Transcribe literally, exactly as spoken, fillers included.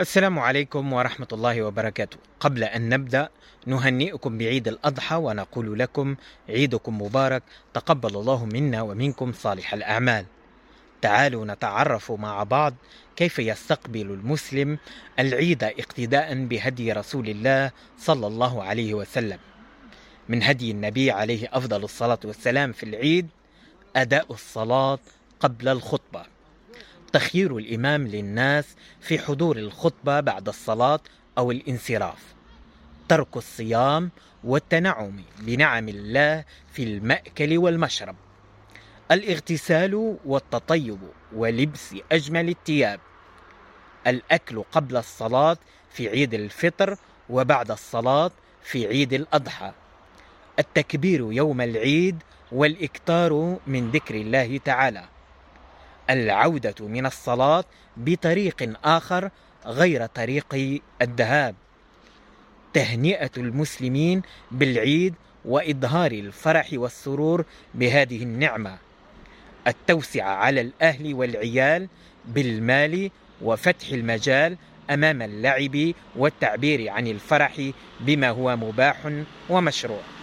السلام عليكم ورحمة الله وبركاته. قبل أن نبدأ نهنئكم بعيد الأضحى ونقول لكم عيدكم مبارك، تقبل الله منا ومنكم صالح الأعمال. تعالوا نتعرف مع بعض كيف يستقبل المسلم العيد اقتداء بهدي رسول الله صلى الله عليه وسلم. من هدي النبي عليه أفضل الصلاة والسلام في العيد أداء الصلاة قبل الخطبة، تخيير الإمام للناس في حضور الخطبة بعد الصلاة أو الانصراف، ترك الصيام والتنعم بنعم الله في المأكل والمشرب، الاغتسال والتطيب ولبس أجمل الثياب، الأكل قبل الصلاة في عيد الفطر وبعد الصلاة في عيد الأضحى، التكبير يوم العيد والإكثار من ذكر الله تعالى، العودة من الصلاة بطريق آخر غير طريق الذهاب، تهنئة المسلمين بالعيد وإظهار الفرح والسرور بهذه النعمة، التوسعة على الأهل والعيال بالمال وفتح المجال أمام اللعب والتعبير عن الفرح بما هو مباح ومشروع.